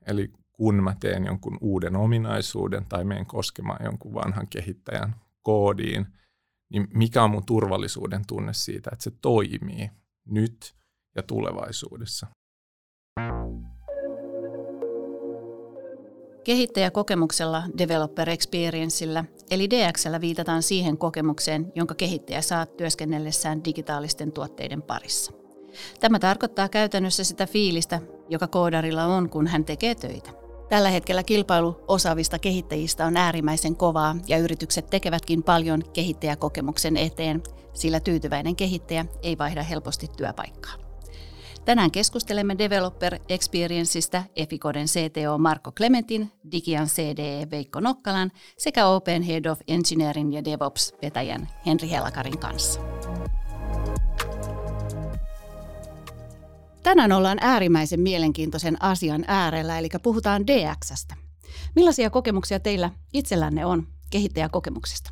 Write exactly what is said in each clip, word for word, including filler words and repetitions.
Eli kun mä teen jonkun uuden ominaisuuden tai menen koskemaan jonkun vanhan kehittäjän koodiin, niin mikä on mun turvallisuuden tunne siitä, että se toimii nyt ja tulevaisuudessa. Kehittäjäkokemuksella, Developer Experienceillä, eli D X:llä viitataan siihen kokemukseen, jonka kehittäjä saa työskennellessään digitaalisten tuotteiden parissa. Tämä tarkoittaa käytännössä sitä fiilistä, joka koodarilla on, kun hän tekee töitä. Tällä hetkellä kilpailu osaavista kehittäjistä on äärimmäisen kovaa ja yritykset tekevätkin paljon kehittäjäkokemuksen eteen, sillä tyytyväinen kehittäjä ei vaihda helposti työpaikkaa. Tänään keskustelemme Developer Experienceista Efficoden C T O Marko Klementin, Digian C D E Veikko Nokkalan sekä Open Head of Engineering ja DevOps-vetäjän Henri Helakarin kanssa. Tänään ollaan äärimmäisen mielenkiintoisen asian äärellä, eli puhutaan D X:stä. Millaisia kokemuksia teillä itsellänne on kehittäjäkokemuksista?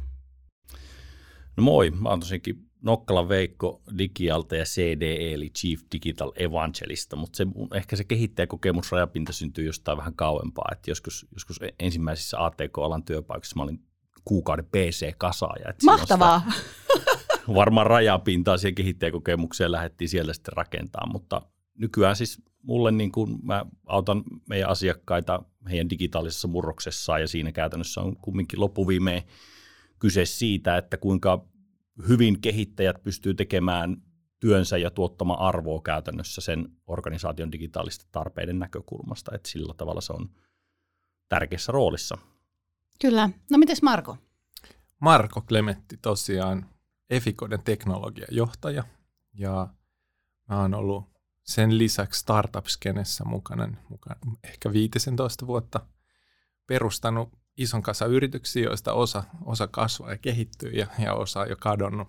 No moi, mä oon tosiaankin Nokkalan Veikko Digialta ja C D E eli Chief Digital Evangelista, mutta se, ehkä se kehittäjäkokemus rajapinta syntyy jostain vähän kauempaa. Et joskus, joskus ensimmäisissä A T K-alan työpaikoissa mä olin kuukauden P C-kasaaja. Mahtavaa! Varmaan rajapintaa siihen kehittäjäkokemukseen lähdettiin siellä sitten rakentaa, mutta nykyään siis mulle niin kuin mä autan meidän asiakkaita heidän digitaalisessa murroksessaan ja siinä käytännössä on kumminkin loppuviimein kyse siitä, että kuinka hyvin kehittäjät pystyy tekemään työnsä ja tuottamaan arvoa käytännössä sen organisaation digitaalisten tarpeiden näkökulmasta, että sillä tavalla se on tärkeässä roolissa. Kyllä. No mites Marko? Marko Klementti tosiaan Efficoden teknologiajohtaja ja mä oon ollut sen lisäksi startup-skenessä mukana, mukana ehkä viisitoista vuotta perustanut ison kasa yrityksiä, joista osa, osa kasvaa ja kehittyy ja, ja osa on jo kadonnut.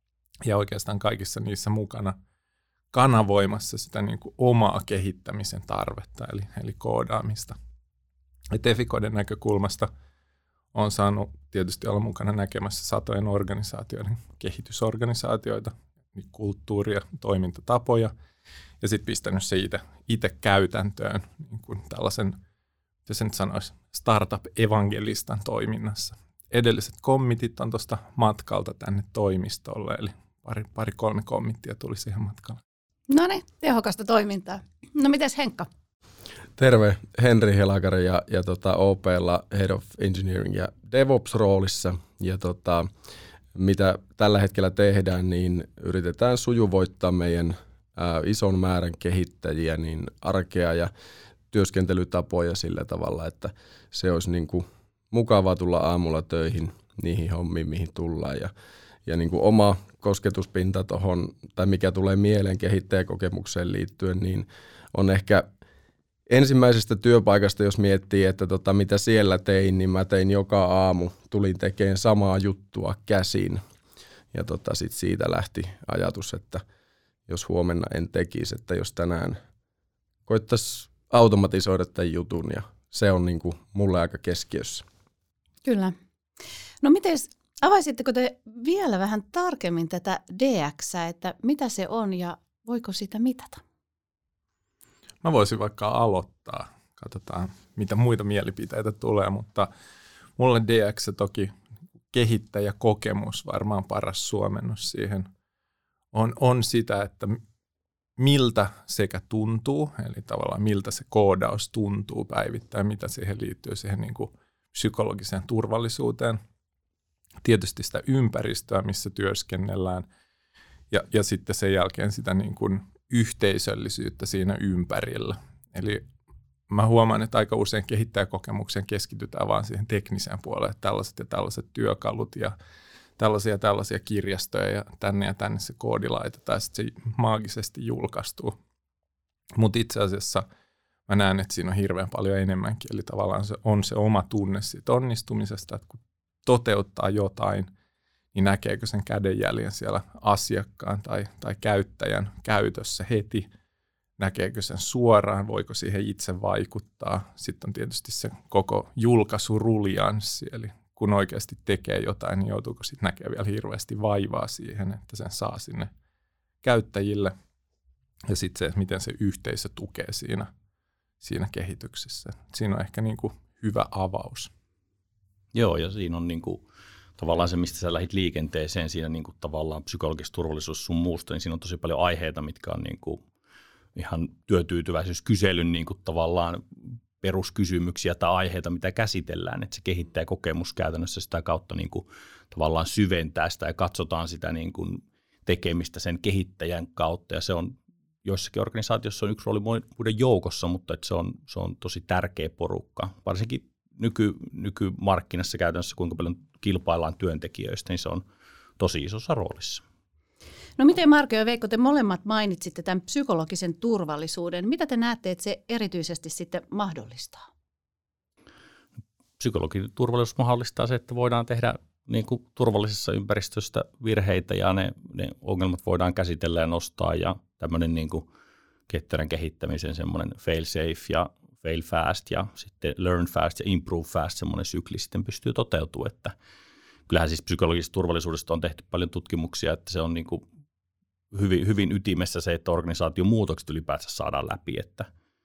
Ja oikeastaan kaikissa niissä mukana kanavoimassa sitä niin kuin omaa kehittämisen tarvetta, eli, eli koodaamista. Et Efficoden näkökulmasta olen saanut tietysti olla mukana näkemässä satojen organisaatioiden kehitysorganisaatioita, niin kulttuuria, toimintatapoja, ja sitten pistänyt se itse käytäntöön niin kuin tällaisen, mitä se nyt sanoisi, startup-evangelistan toiminnassa. Edelliset kommitit on tuosta matkalta tänne toimistolle, eli pari, pari kolme kommittia tuli siihen matkalle. No niin, tehokasta toimintaa. No mites Henkka? Terve, Henri Helakari ja, ja tota O P:lla Head of Engineering ja DevOps-roolissa. Ja tota, mitä tällä hetkellä tehdään, niin yritetään sujuvoittaa meidän ää, ison määrän kehittäjiä, niin arkea ja työskentelytapoja sillä tavalla, että se olisi niin kuin mukavaa tulla aamulla töihin niihin hommiin, mihin tullaan. Ja, ja niin kuin oma kosketuspinta tuohon, tai mikä tulee mieleen kehittäjäkokemukseen liittyen, niin on ehkä ensimmäisestä työpaikasta, jos miettii, että tota, mitä siellä tein, niin mä tein joka aamu, tulin tekemään samaa juttua käsin. Ja tota, sit siitä lähti ajatus, että jos huomenna en tekisi, että jos tänään koittaisi automatisoida tämän jutun, ja se on niinku mulle aika keskiössä. Kyllä. No mites, avaisitteko te vielä vähän tarkemmin tätä D X:ää, että mitä se on ja voiko sitä mitata? Mä voisin vaikka aloittaa. Katsotaan, mitä muita mielipiteitä tulee, mutta mulle D X toki kehittäjäkokemus, varmaan paras suomennus siihen, on, on sitä, että miltä sekä tuntuu, eli tavallaan miltä se koodaus tuntuu päivittäin, mitä siihen liittyy siihen niin kuin psykologiseen turvallisuuteen. Tietysti sitä ympäristöä, missä työskennellään, ja, ja sitten sen jälkeen sitä niin kuin yhteisöllisyyttä siinä ympärillä. Eli mä huomaan, että aika usein kehittäjäkokemukseen keskitytään vaan siihen tekniseen puoleen, että tällaiset ja tällaiset työkalut ja tällaisia ja tällaisia kirjastoja ja tänne ja tänne se koodi laitetaan ja sitten se maagisesti julkaistuu. Mutta itse asiassa mä näen, että siinä on hirveän paljon enemmänkin, eli tavallaan se on se oma tunne siitä onnistumisesta, että kun toteuttaa jotain, niin näkeekö sen kädenjäljen siellä asiakkaan tai, tai käyttäjän käytössä heti, näkeekö sen suoraan, voiko siihen itse vaikuttaa. Sitten on tietysti se koko julkaisurulianssi, eli kun oikeasti tekee jotain, niin joutuuko sitten näkemään vielä hirveästi vaivaa siihen, että sen saa sinne käyttäjille. Ja sitten se, miten se yhteisö tukee siinä, siinä kehityksessä. Siinä on ehkä niin kuin hyvä avaus. Joo, ja siinä on niin kuin, tavallaan se, mistä sä lähdit liikenteeseen, siinä niin kuin, tavallaan psykologista turvallisuus sun muusta, niin siinä on tosi paljon aiheita, mitkä on niin kuin, ihan työtyytyväisyyskyselyn niin kuin, tavallaan peruskysymyksiä tai aiheita, mitä käsitellään, että se kehittää kokemus käytännössä sitä kautta niin kuin, tavallaan syventää sitä ja katsotaan sitä niin kuin, tekemistä sen kehittäjän kautta, ja se on joissakin organisaatioissa on yksi rooli muiden joukossa, mutta että se, on, se on tosi tärkeä porukka. Varsinkin nyky, nykymarkkinassa käytännössä, kuinka paljon kilpaillaan työntekijöistä, niin se on tosi isossa roolissa. No miten Marko ja Veikko, te molemmat mainitsitte tämän psykologisen turvallisuuden. Mitä te näette, että se erityisesti sitten mahdollistaa? Psykologinen turvallisuus mahdollistaa se, että voidaan tehdä niin kuin turvallisessa ympäristössä virheitä ja ne, ne ongelmat voidaan käsitellä ja nostaa ja tämmöinen niin kuin ketterän kehittämisen semmoinen fail safe ja fail fast ja sitten learn fast ja improve fast semmoinen sykli sitten pystyy toteutumaan, että kyllähän siis psykologisesta turvallisuudesta on tehty paljon tutkimuksia, että se on niin kuin hyvin, hyvin ytimessä se, että organisaation muutokset ylipäänsä saadaan läpi, että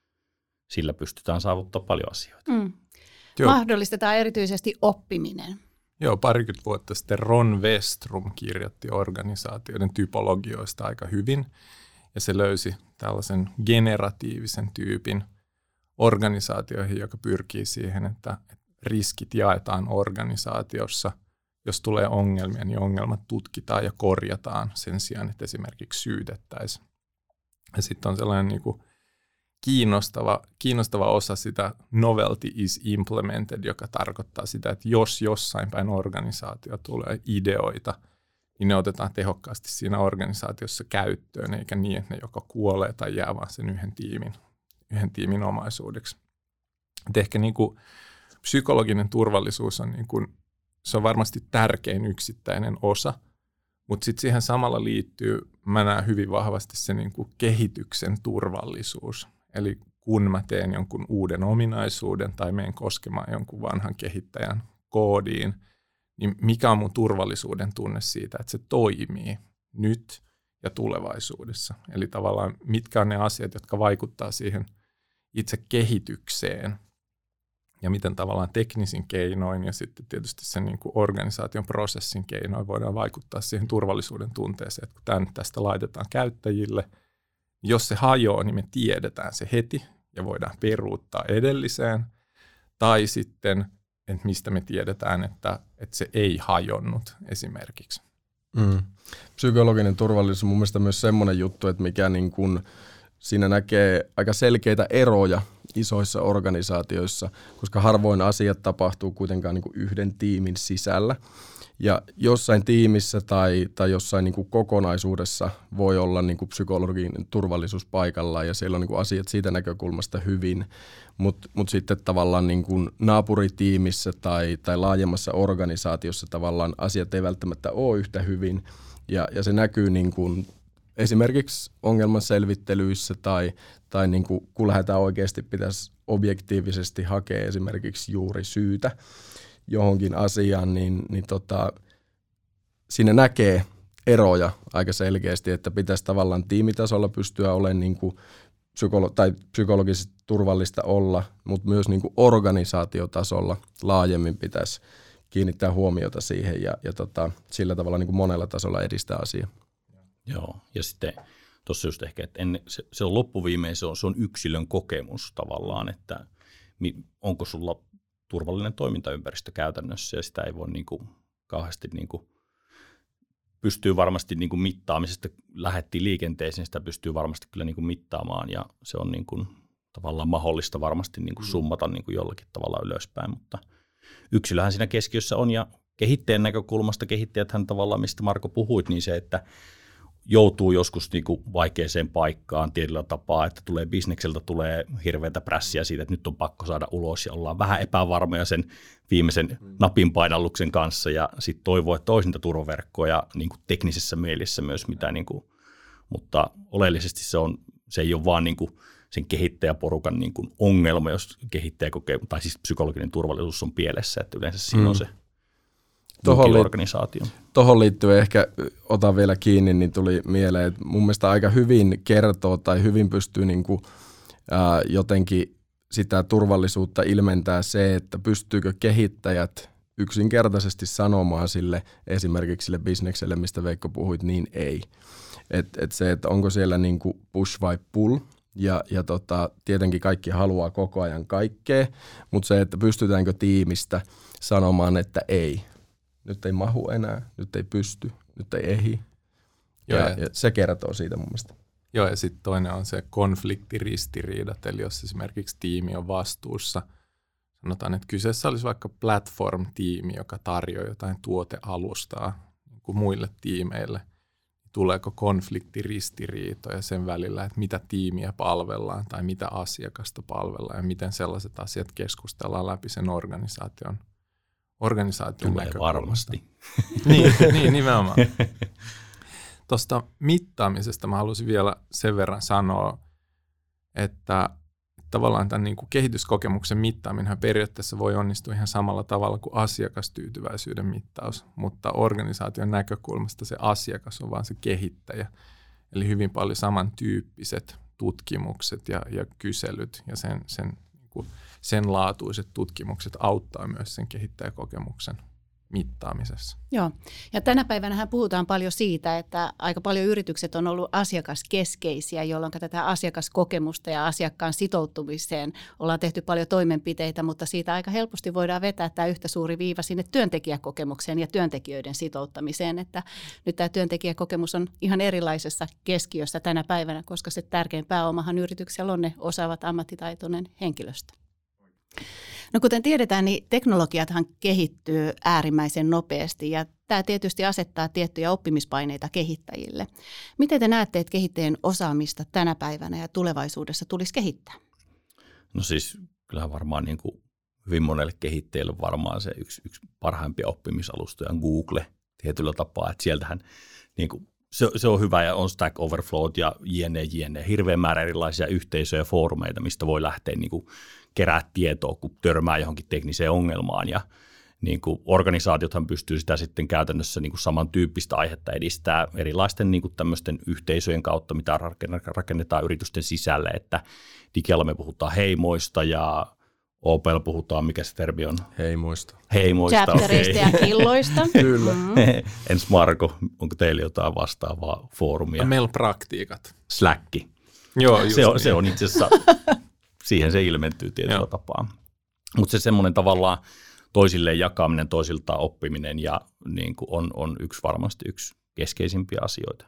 sillä pystytään saavuttamaan paljon asioita. Mm. Mahdollistetaan erityisesti oppiminen. Joo, parikymmentä vuotta sitten Ron Westrum kirjoitti organisaatioiden typologioista aika hyvin, ja se löysi tällaisen generatiivisen tyypin organisaatioihin, joka pyrkii siihen, että riskit jaetaan organisaatiossa. Jos tulee ongelmia, niin ongelmat tutkitaan ja korjataan sen sijaan, että esimerkiksi syytettäisiin. Ja sitten on sellainen niin kuin Kiinnostava, kiinnostava osa sitä novelty is implemented, joka tarkoittaa sitä, että jos jossain päin organisaatio tulee ideoita, niin ne otetaan tehokkaasti siinä organisaatiossa käyttöön, eikä niin, että ne joko kuolee tai jää vaan sen yhden tiimin, yhden tiimin omaisuudeksi. Et ehkä niin kuin psykologinen turvallisuus on, niin kuin, se on varmasti tärkein yksittäinen osa, mutta sitten siihen samalla liittyy, mä näen hyvin vahvasti se niin kuin kehityksen turvallisuus. Eli kun mä teen jonkun uuden ominaisuuden tai menen koskemaan jonkun vanhan kehittäjän koodiin, niin mikä on mun turvallisuuden tunne siitä, että se toimii nyt ja tulevaisuudessa. Eli tavallaan mitkä on ne asiat, jotka vaikuttaa siihen itse kehitykseen ja miten tavallaan teknisin keinoin ja sitten tietysti sen niin kuin organisaation prosessin keinoin voidaan vaikuttaa siihen turvallisuuden tunteeseen, että kun tämän tästä laitetaan käyttäjille, jos se hajoaa, niin me tiedetään se heti ja voidaan peruuttaa edelliseen. Tai sitten, että mistä me tiedetään, että, että se ei hajonnut esimerkiksi. Mm. Psykologinen turvallisuus on mun mielestä myös semmoinen juttu, että mikä niin kun siinä näkee aika selkeitä eroja isoissa organisaatioissa, koska harvoin asiat tapahtuu kuitenkaan niin kuin yhden tiimin sisällä. Ja jossain tiimissä tai, tai jossain niin kuin kokonaisuudessa voi olla niin kuin psykologinen turvallisuus paikallaan ja siellä on niin kuin asiat siitä näkökulmasta hyvin, mutta mut sitten tavallaan niin kuin naapuritiimissä tai, tai laajemmassa organisaatiossa tavallaan asiat ei välttämättä ole yhtä hyvin ja, ja se näkyy niin kuin esimerkiksi ongelman selvittelyissä tai, tai niin kuin, kun lähdetään oikeasti pitäisi objektiivisesti hakea esimerkiksi juuri syytä johonkin asiaan, niin, niin tota, siinä näkee eroja aika selkeästi, että pitäisi tavallaan tiimitasolla pystyä olemaan niin kuin psykolo- tai psykologisesti turvallista olla, mutta myös niin kuin organisaatiotasolla laajemmin pitäisi kiinnittää huomiota siihen ja, ja tota, sillä tavalla niin kuin monella tasolla edistää asiaa. Joo, ja sitten tuossa just ehkä, että ennen, se, se on loppuviimein, se on, se on yksilön kokemus tavallaan, että mi, onko sulla turvallinen toimintaympäristö käytännössä, ja sitä ei voi niin kuin kauheasti niin kuin, pystyy varmasti niin kuin mittaamisesta, lähdettiin liikenteeseen, sitä pystyy varmasti kyllä niin kuin mittaamaan, ja se on niin kuin, tavallaan mahdollista varmasti niin kuin summata niin kuin jollakin tavalla ylöspäin, mutta yksilöhän siinä keskiössä on, ja kehittäjän näkökulmasta kehittäjäthän tavallaan, mistä Marko puhuit, niin se, että joutuu joskus niinku vaikeaseen paikkaan tietyllä tapaa, että tulee bisnekseltä tulee hirveätä prässiä siitä, että nyt on pakko saada ulos ja ollaan vähän epävarmoja sen viimeisen napin painalluksen kanssa ja sitten toivoo, että olisi niitä turvaverkkoja niinku teknisessä mielessä myös, mitä niinku, mutta oleellisesti se, on, se ei ole vaan niinku sen kehittäjäporukan niinku ongelma, jos kehittäjä kokee, tai siis psykologinen turvallisuus on pielessä, että yleensä siinä mm. on se Tuohon, organisaatio. Tuohon liittyen ehkä otan vielä kiinni, niin tuli mieleen, että mun mielestä aika hyvin kertoo tai hyvin pystyy niin kuin, ää, jotenkin sitä turvallisuutta ilmentää se, että pystyykö kehittäjät yksinkertaisesti sanomaan sille esimerkiksi sille bisnekselle, mistä Veikko puhuit, niin ei. Et, et se, että onko siellä niinku push vai pull, ja, ja tota, tietenkin kaikki haluaa koko ajan kaikkea, mutta se, että pystytäänkö tiimistä sanomaan, että ei. Nyt ei mahu enää, nyt ei pysty, nyt ei ehdi. Ja, ja, ja se kertoo siitä mun mielestä. Joo, ja sitten toinen on se konfliktiristiriidat, eli jos esimerkiksi tiimi on vastuussa, sanotaan, että kyseessä olisi vaikka platform-tiimi, joka tarjoaa jotain tuotealustaa niin kuin muille tiimeille, tuleeko konfliktiristiriitoja sen välillä, että mitä tiimiä palvellaan tai mitä asiakasta palvellaan ja miten sellaiset asiat keskustellaan läpi sen organisaation, organisaation Tulee näkökulmasta. Varmasti. niin, niin, nimenomaan. Tuosta mittaamisesta mä haluaisin vielä sen verran sanoa, että tavallaan tämän niin kuin kehityskokemuksen mittaaminen periaatteessa voi onnistua ihan samalla tavalla kuin asiakastyytyväisyyden mittaus, mutta organisaation näkökulmasta se asiakas on vaan se kehittäjä. Eli hyvin paljon samantyyppiset tutkimukset ja, ja kyselyt ja sen, sen, niin kuin sen laatuiset tutkimukset auttaa myös sen kehittäjäkokemuksen mittaamisessa. Joo, ja tänä päivänä puhutaan paljon siitä, että aika paljon yritykset on ollut asiakaskeskeisiä, jolloin tätä asiakaskokemusta ja asiakkaan sitoutumiseen ollaan tehty paljon toimenpiteitä, mutta siitä aika helposti voidaan vetää tämä yhtä suuri viiva sinne työntekijäkokemukseen ja työntekijöiden sitouttamiseen, että nyt tämä työntekijäkokemus on ihan erilaisessa keskiössä tänä päivänä, koska se tärkein pääomahan yrityksellä on ne osaavat ammattitaitoinen henkilöstö. No kuten tiedetään, niin teknologiathan kehittyy äärimmäisen nopeasti ja tämä tietysti asettaa tiettyjä oppimispaineita kehittäjille. Miten te näette, että kehittäjien osaamista tänä päivänä ja tulevaisuudessa tulisi kehittää? No siis kyllähän varmaan niin kuin hyvin monelle kehittäjälle varmaan se yksi, yksi parhaimpia oppimisalustoja on Google tietyllä tapaa, että sieltähän niin kuin se, se on hyvä ja on Stack Overflow ja jne, jne. Hirveän määrä erilaisia yhteisöjä ja foorumeita, mistä voi lähteä niin kuin kerää tietoa, kun törmää johonkin tekniseen ongelmaan ja niin kuin organisaatiothan pystyy sitä sitten käytännössä niin kuin samantyyppistä aihetta edistää erilaisten niin kuin tämmöisten yhteisöjen kautta, mitä rakennetaan yritysten sisälle, että Digialla me puhutaan heimoista ja O P L puhutaan, mikä se termi on? Heimoista. Heimoista, Chapterista okay. ja killoista. Kyllä. Mm-hmm. Ens Marko, onko teillä jotain vastaavaa foorumia? Meillä on praktiikat. Slack. Joo, se, on, niin. se on itse asiassa, siihen se ilmentyy tietyllä Joo. tapaa. Mutta se semmoinen tavallaan toisilleen jakaminen, toisiltaan oppiminen ja niin kuin on, on yksi varmasti yksi keskeisimpiä asioita.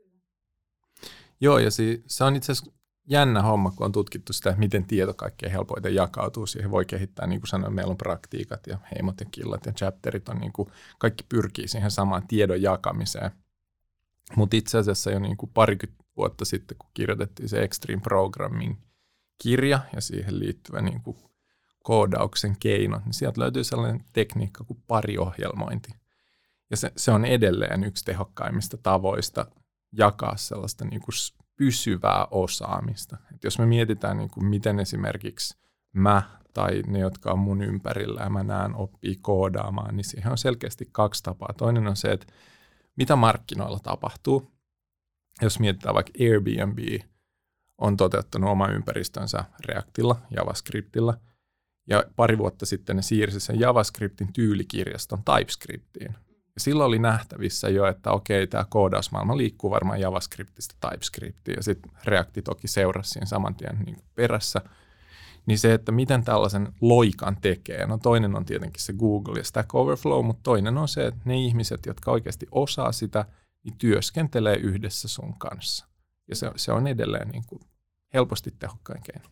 Joo, ja si- se on itse asiassa jännä homma, kun on tutkittu sitä, miten tieto kaikkein helpoiten jakautuu. Siihen voi kehittää, niin kuin sanoin, meillä on praktiikat ja heimot ja killat ja chapterit, on niin kuin, kaikki pyrkii siihen samaan tiedon jakamiseen. Mutta itse asiassa jo niin kuin parikymmentä vuotta sitten, kun kirjoitettiin se Extreme Programming-kirja ja siihen liittyvä niin kuin koodauksen keino, niin sieltä löytyy sellainen tekniikka kuin pariohjelmointi. Ja se, se on edelleen yksi tehokkaimmista tavoista jakaa sellaista niin kuin pysyvää osaamista. Et jos me mietitään, niin kuin miten esimerkiksi mä tai ne, jotka on mun ympärillä ja mä näen oppii koodaamaan, niin siihen on selkeästi kaksi tapaa. Toinen on se, että mitä markkinoilla tapahtuu. Jos mietitään vaikka Airbnb on toteuttanut oma ympäristönsä Reactilla, JavaScriptilla, ja pari vuotta sitten ne siirsi sen JavaScriptin tyylikirjaston TypeScriptiin. Ja silloin oli nähtävissä jo, että okei, tämä koodausmaailma liikkuu varmaan JavaScriptista TypeScriptiin, ja sitten Reacti toki seurasi siinä saman tien niin perässä. Niin se, että miten tällaisen loikan tekee, no toinen on tietenkin se Google ja Stack Overflow, mutta toinen on se, että ne ihmiset, jotka oikeasti osaa sitä, niin työskentelee yhdessä sun kanssa. Ja se, se on edelleen niin kuin helposti tehokkain keino.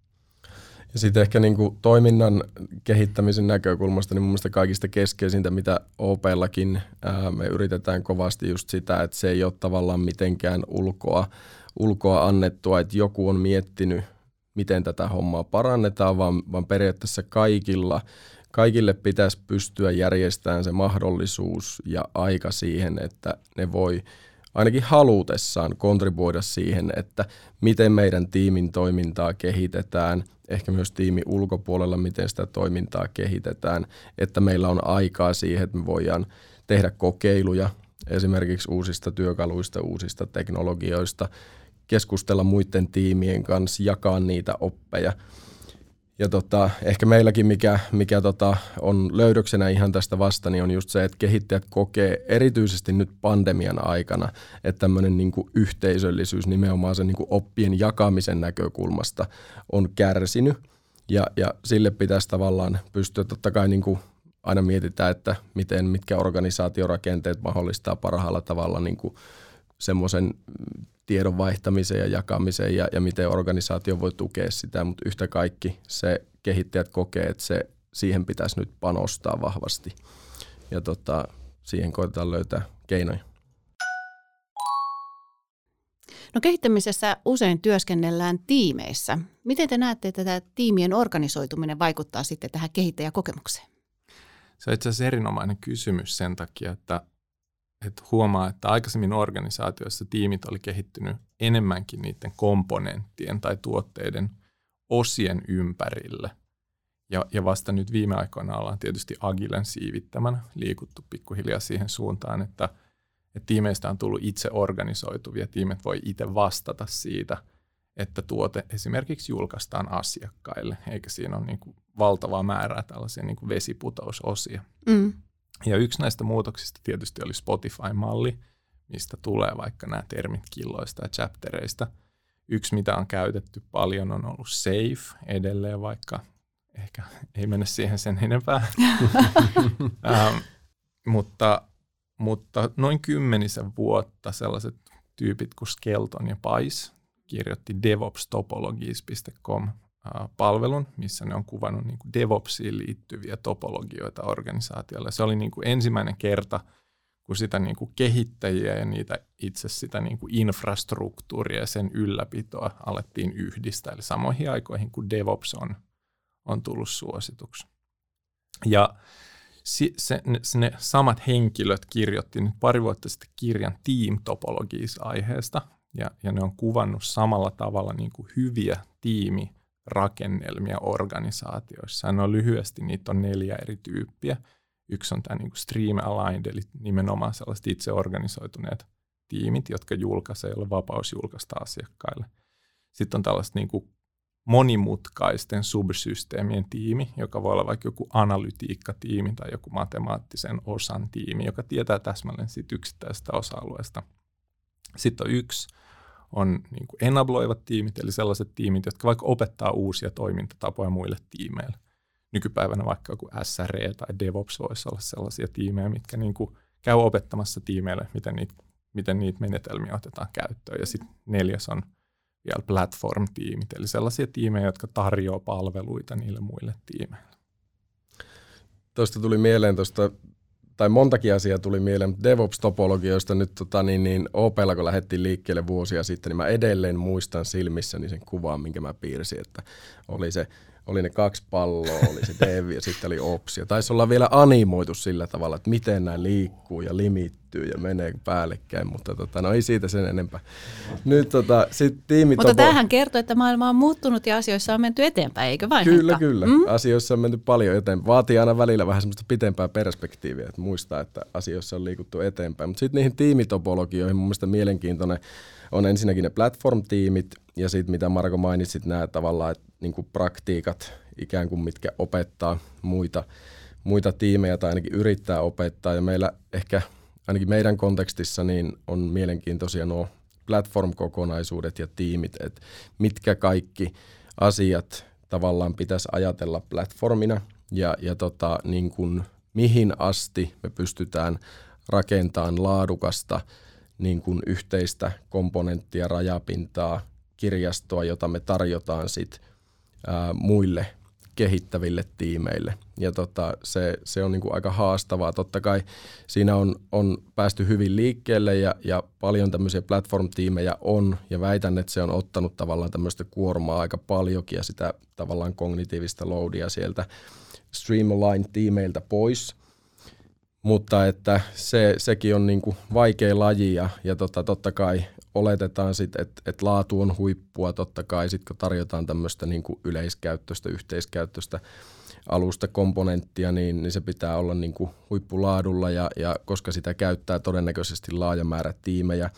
Ja sitten ehkä niin kuin toiminnan kehittämisen näkökulmasta, niin mun mielestä kaikista keskeisintä, mitä O P:llakin ää, me yritetään kovasti just sitä, että se ei ole tavallaan mitenkään ulkoa, ulkoa annettua, että joku on miettinyt, miten tätä hommaa parannetaan, vaan, vaan periaatteessa kaikilla, kaikille pitäisi pystyä järjestämään se mahdollisuus ja aika siihen, että ne voi ainakin halutessaan kontribuoida siihen, että miten meidän tiimin toimintaa kehitetään, ehkä myös tiimin ulkopuolella, miten sitä toimintaa kehitetään, että meillä on aikaa siihen, että me voidaan tehdä kokeiluja esimerkiksi uusista työkaluista, uusista teknologioista, keskustella muiden tiimien kanssa, jakaa niitä oppeja. Ja tota, ehkä meilläkin, mikä, mikä tota on löydöksenä ihan tästä vasta, niin on just se, että kehittäjät kokee erityisesti nyt pandemian aikana, että tämmöinen niin kuin yhteisöllisyys nimenomaan sen niin kuin oppien jakamisen näkökulmasta on kärsinyt. Ja, ja sille pitäisi tavallaan pystyä, totta kai niin kuin aina mietitään, että miten, mitkä organisaatiorakenteet mahdollistaa parhaalla tavalla niin kuin semmoisen tiedon vaihtamiseen ja jakamiseen ja, ja miten organisaatio voi tukea sitä, mutta yhtä kaikki se kehittäjät kokee, että se, siihen pitäisi nyt panostaa vahvasti ja tota, siihen koitetaan löytää keinoja. No kehittämisessä usein työskennellään tiimeissä. Miten te näette, että tämä tiimien organisoituminen vaikuttaa sitten tähän kehittäjäkokemukseen? Se on itse asiassa erinomainen kysymys sen takia, että, että huomaa, että aikaisemmin organisaatioissa tiimit oli kehittynyt enemmänkin niiden komponenttien tai tuotteiden osien ympärille. Ja, ja vasta nyt viime aikoina ollaan tietysti agilen siivittämänä liikuttu pikkuhiljaa siihen suuntaan, että, että tiimeistä on tullut itse organisoituvia. Tiimet voi itse vastata siitä, että tuote esimerkiksi julkaistaan asiakkaille, eikä siinä ole niin kuin valtavaa määrää tällaisia niin kuin vesiputousosia. Mm. Ja yksi näistä muutoksista tietysti oli Spotify-malli, mistä tulee vaikka nämä termit killoista ja chaptereista. Yksi, mitä on käytetty paljon, on ollut Safe edelleen, vaikka ehkä ei mennä siihen sen enempää. ähm, mutta, mutta noin kymmenisen vuotta sellaiset tyypit kuin Skelton ja Pais kirjoitti devops topologies piste com-palvelun, missä ne on kuvannut niin kuin DevOpsiin liittyviä topologioita organisaatiolle. Se oli niin kuin ensimmäinen kerta, kun sitä niin kuin kehittäjiä ja niitä itse sitä niin kuin infrastruktuuria ja sen ylläpitoa alettiin yhdistää. Eli samoihin aikoihin, kun DevOps on, on tullut suosituksi. Ja se, se, ne samat henkilöt kirjoitti nyt pari vuotta sitten kirjan Team Topologies-aiheesta, ja, ja ne on kuvannut samalla tavalla niin kuin hyviä tiimirakennelmia organisaatioissa. Ja ne on lyhyesti, niitä on neljä eri tyyppiä. Yksi on tämä niin kuin stream aligned, eli nimenomaan sellaiset itse organisoituneet tiimit, jotka julkaisee, joilla vapaus julkaista asiakkaille. Sitten on tällaista niin kuin monimutkaisten subsysteemien tiimi, joka voi olla vaikka joku analytiikkatiimi tai joku matemaattisen osan tiimi, joka tietää täsmälleen siitä yksittäisestä osa-alueesta. Sitten on yksi, on niin kuin enabloivat tiimit, eli sellaiset tiimit, jotka vaikka opettaa uusia toimintatapoja muille tiimeille. Nykypäivänä vaikka joku S R E tai DevOps voisi olla sellaisia tiimejä, mitkä niin kuin käy opettamassa tiimeille, miten niitä, miten niitä menetelmiä otetaan käyttöön. Ja sitten neljäs on vielä platform-tiimit, eli sellaisia tiimejä, jotka tarjoaa palveluita niille muille tiimeille. Tuosta tuli mieleen tuosta, tai montakin asiaa tuli mieleen, mutta DevOps-topologioista nyt tota, niin, niin O P:lla, kun lähdettiin liikkeelle vuosia sitten, niin mä edelleen muistan silmissäni sen kuvan, minkä mä piirsin, että oli se Oli ne kaksi palloa, oli se dev ja sitten oli ops. Ja taisi olla vielä animoitu sillä tavalla, että miten nämä liikkuu ja limittyy ja menee päällekkäin, mutta tota, no ei siitä sen enempää. Nyt tota, sit tiimit Mutta on... tämähän kertoo, että maailma on muuttunut ja asioissa on menty eteenpäin, eikö vain? Kyllä, Henkka? kyllä. Mm? Asioissa on menty paljon eteenpäin. Vaatii aina välillä vähän semmoista pitempää perspektiiviä, että muistaa, että asioissa on liikuttu eteenpäin. Mutta sitten niihin tiimitopologioihin mun mielestä mielenkiintoinen on ensinnäkin ne platform-tiimit ja sitten mitä Marko mainitsit, nämä tavallaan että niinku praktiikat ikään kuin mitkä opettaa muita, muita tiimejä tai ainakin yrittää opettaa. Ja meillä ehkä ainakin meidän kontekstissa niin on mielenkiintoisia nuo platform-kokonaisuudet ja tiimit, että mitkä kaikki asiat tavallaan pitäisi ajatella platformina ja, ja tota, niin kuin mihin asti me pystytään rakentamaan laadukasta niin kuin yhteistä komponenttia, rajapintaa, kirjastoa, jota me tarjotaan sit, ää, muille kehittäville tiimeille. Ja tota, se, se on niin kuin aika haastavaa. Totta kai siinä on, on päästy hyvin liikkeelle ja, ja paljon tämmöisiä platform-tiimejä on, ja väitän, että se on ottanut tavallaan tämmöistä kuormaa aika paljonkin ja sitä tavallaan kognitiivista loadia sieltä Streamline-tiimeiltä pois. Mutta että se, sekin on niinku vaikea laji ja, ja tota, totta kai oletetaan, sit, että et laatu on huippua totta kai, sit kun tarjotaan tämmöistä niinku yleiskäyttöistä, yhteiskäyttöistä alustakomponenttia, niin, niin se pitää olla niinku huippulaadulla ja, ja koska sitä käyttää todennäköisesti laaja määrä tiimejä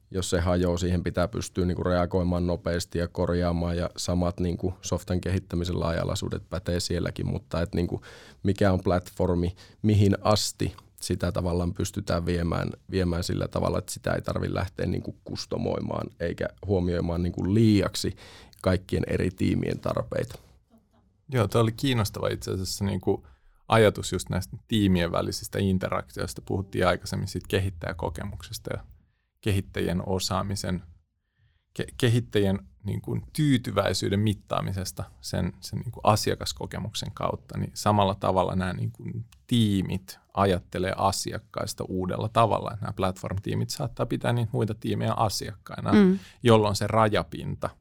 jos se hajoaa, siihen pitää pystyä niin kuin reagoimaan nopeasti ja korjaamaan, ja samat niin kuin softan kehittämisen laaja-alaisuudet pätee sielläkin, mutta et niin kuin mikä on platformi, mihin asti sitä tavallaan pystytään viemään, viemään sillä tavalla, että sitä ei tarvitse lähteä niin kuin kustomoimaan eikä huomioimaan niin kuin liiaksi kaikkien eri tiimien tarpeita. Joo, tämä oli kiinnostava itse asiassa niin kuin ajatus just näistä tiimien välisistä interaktioista. Puhuttiin aikaisemmin siitä kehittäjäkokemuksesta ja kehittäjien osaamisen, ke- kehittäjien niin kuin tyytyväisyyden mittaamisesta sen, sen niin kuin asiakaskokemuksen kautta. Niin samalla tavalla nämä niin kuin tiimit ajattelee asiakkaista uudella tavalla. Nämä platform-tiimit saattaa pitää niitä muita tiimejä asiakkaina, mm. jolloin se rajapinta,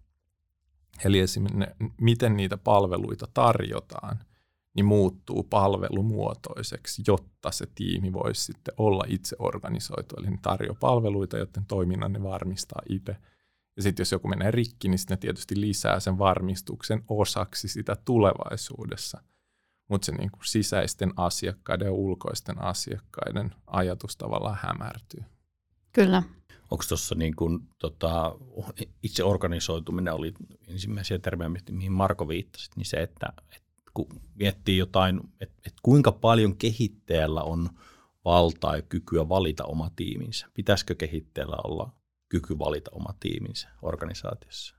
eli esimerkiksi ne, miten niitä palveluita tarjotaan, niin muuttuu palvelumuotoiseksi, jotta se tiimi voisi sitten olla itse organisoitu. Eli ne tarjoaa palveluita, joiden toiminnan ne varmistaa itse. Ja sitten jos joku menee rikki, niin sitten ne tietysti lisää sen varmistuksen osaksi sitä tulevaisuudessa. Mutta se niin kuin sisäisten asiakkaiden ja ulkoisten asiakkaiden ajatus tavallaan hämärtyy. Kyllä. Onko tuossa niin kuin, tota, itse organisoituminen oli ensimmäisiä termejä, mihin Marko viittasit, niin se, että, että kun miettii jotain, että, että kuinka paljon kehittäjällä on valtaa ja kykyä valita oma tiiminsä. Pitäisikö kehittäjällä olla kyky valita oma tiiminsä organisaatiossa?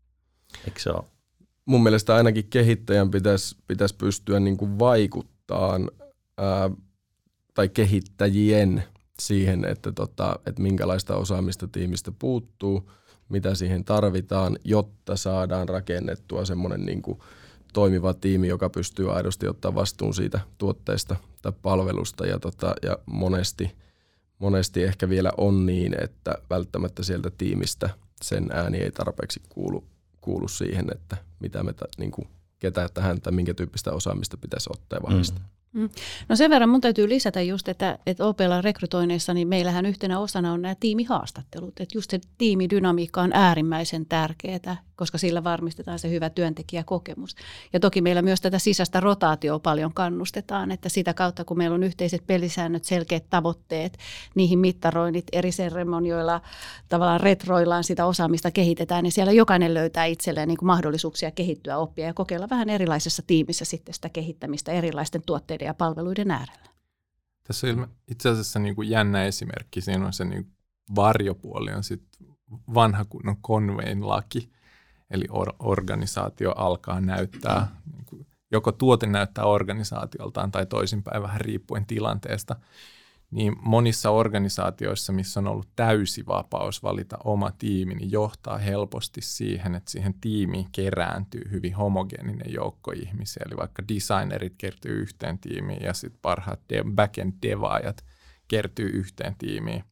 Eikö se ole? Mun mielestä ainakin kehittäjän pitäisi, pitäisi pystyä niin kuin vaikuttamaan ää, tai kehittäjien siihen, että, tota, että minkälaista osaamista tiimistä puuttuu, mitä siihen tarvitaan, jotta saadaan rakennettua semmoinen niin kuin toimiva tiimi, joka pystyy aidosti ottaa vastuun siitä tuotteesta tai palvelusta. Ja, tota, ja monesti, monesti ehkä vielä on niin, että välttämättä sieltä tiimistä sen ääni ei tarpeeksi kuulu, kuulu siihen, että mitä me ta, niin kuin, ketä tähän tai minkä tyyppistä osaamista pitäisi ottaa ja vahvistaa. Mm. Mm. No sen verran mun täytyy lisätä just, että, että O P:lla rekrytoinneissa niin meillähän yhtenä osana on nämä tiimihaastattelut. Että just se tiimidynamiikka on äärimmäisen tärkeää, koska sillä varmistetaan se hyvä työntekijäkokemus. Ja toki meillä myös tätä sisäistä rotaatioa paljon kannustetaan, että sitä kautta kun meillä on yhteiset pelisäännöt, selkeät tavoitteet, niihin mittaroinnit eri seremonioilla, tavallaan retroillaan sitä osaamista kehitetään, niin siellä jokainen löytää itselleen niin kuin mahdollisuuksia kehittyä, oppia ja kokeilla vähän erilaisessa tiimissä sitten sitä kehittämistä erilaisten tuotteiden ja palveluiden äärellä. Tässä on itse asiassa niin kuin jännä esimerkki. Siinä on se niin varjopuoli, on sitten vanha kunnon Conwayn laki. Eli or- organisaatio alkaa näyttää, niin kuin, joko tuote näyttää organisaatioltaan tai toisinpäin vähän riippuen tilanteesta. Niin monissa organisaatioissa, missä on ollut täysi vapaus valita oma tiimi, niin johtaa helposti siihen, että siihen tiimiin kerääntyy hyvin homogeeninen joukko ihmisiä. Eli vaikka designerit kertyy yhteen tiimiin ja sitten parhaat de- backend-devaajat kertyy yhteen tiimiin.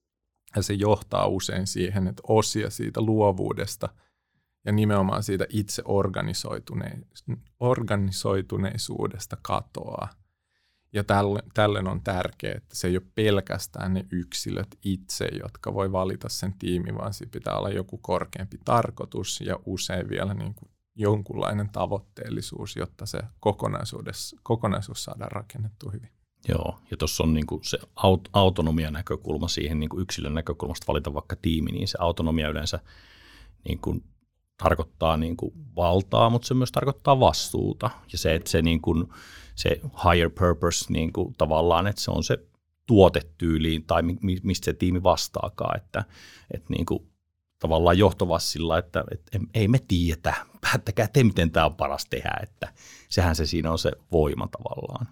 Ja se johtaa usein siihen, että osia siitä luovuudesta ja nimenomaan siitä itse organisoitune- organisoituneisuudesta katoaa. Ja tällöin on tärkeää, että se ei ole pelkästään ne yksilöt itse, jotka voi valita sen tiimin, vaan siinä pitää olla joku korkeampi tarkoitus ja usein vielä niin kuin jonkunlainen tavoitteellisuus, jotta se kokonaisuus saadaan rakennettua hyvin. Joo, ja tuossa on niin kuin se aut- autonomia näkökulma siihen niin kuin yksilön näkökulmasta valita vaikka tiimi, niin se autonomia yleensä niin kuin tarkoittaa niin kuin valtaa, mutta se myös tarkoittaa vastuuta. Ja se, että se, niin kuin, se higher purpose niin kuin tavallaan, että se on se tuotetyyliin tai mi- mistä se tiimi vastaakaan, että, että niin kuin tavallaan johtovasti sillä, että, että ei me tiedetä, päättäkää te, miten tämä on paras tehdä, että sehän se siinä on se voima tavallaan.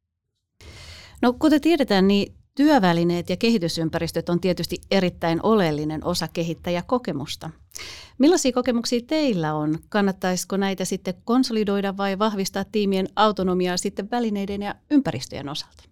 No kuten tiedetään, niin työvälineet ja kehitysympäristöt on tietysti erittäin oleellinen osa kehittäjäkokemusta. Millaisia kokemuksia teillä on? Kannattaisiko näitä sitten konsolidoida vai vahvistaa tiimien autonomiaa sitten välineiden ja ympäristöjen osalta?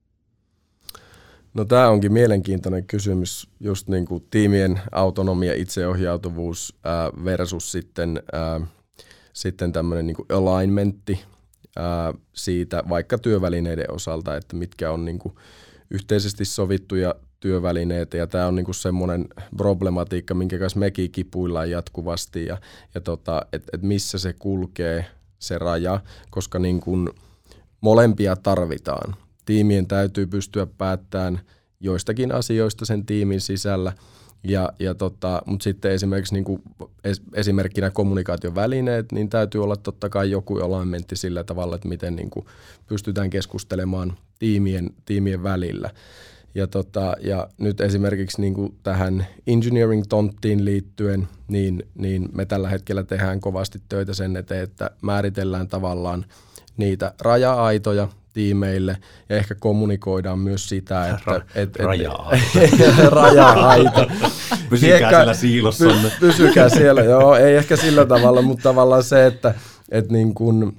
No tämä onkin mielenkiintoinen kysymys, just niin kuin tiimien autonomia, itseohjautuvuus ää, versus sitten, ää, sitten tämmöinen niin kuin alignmentti ää, siitä vaikka työvälineiden osalta, että mitkä on niin kuin yhteisesti sovittuja työvälineitä, ja tämä on niinku semmoinen problematiikka, minkä kanssa mekin kipuillaan jatkuvasti, ja, ja tota, että et missä se kulkee se raja, koska niinku molempia tarvitaan. Tiimien täytyy pystyä päättämään joistakin asioista sen tiimin sisällä, Ja, ja tota, mutta sitten esimerkiksi niin kuin es, esimerkkinä kommunikaation välineet, niin täytyy olla totta kai joku alignmentti sillä tavalla, että miten niin kuin pystytään keskustelemaan tiimien, tiimien välillä. Ja, tota, ja nyt esimerkiksi niin kuin tähän engineering-tonttiin liittyen, niin, niin me tällä hetkellä tehdään kovasti töitä sen eteen, että määritellään tavallaan niitä raja-aitoja tiimeille ja ehkä kommunikoidaan myös sitä, että... Ra- et, et, raja-aito. raja-aito. Pysykää Hiekka, siellä siilossanne. Py, pysykää siellä, joo, ei ehkä sillä tavalla, mutta tavallaan se, että et niin kun,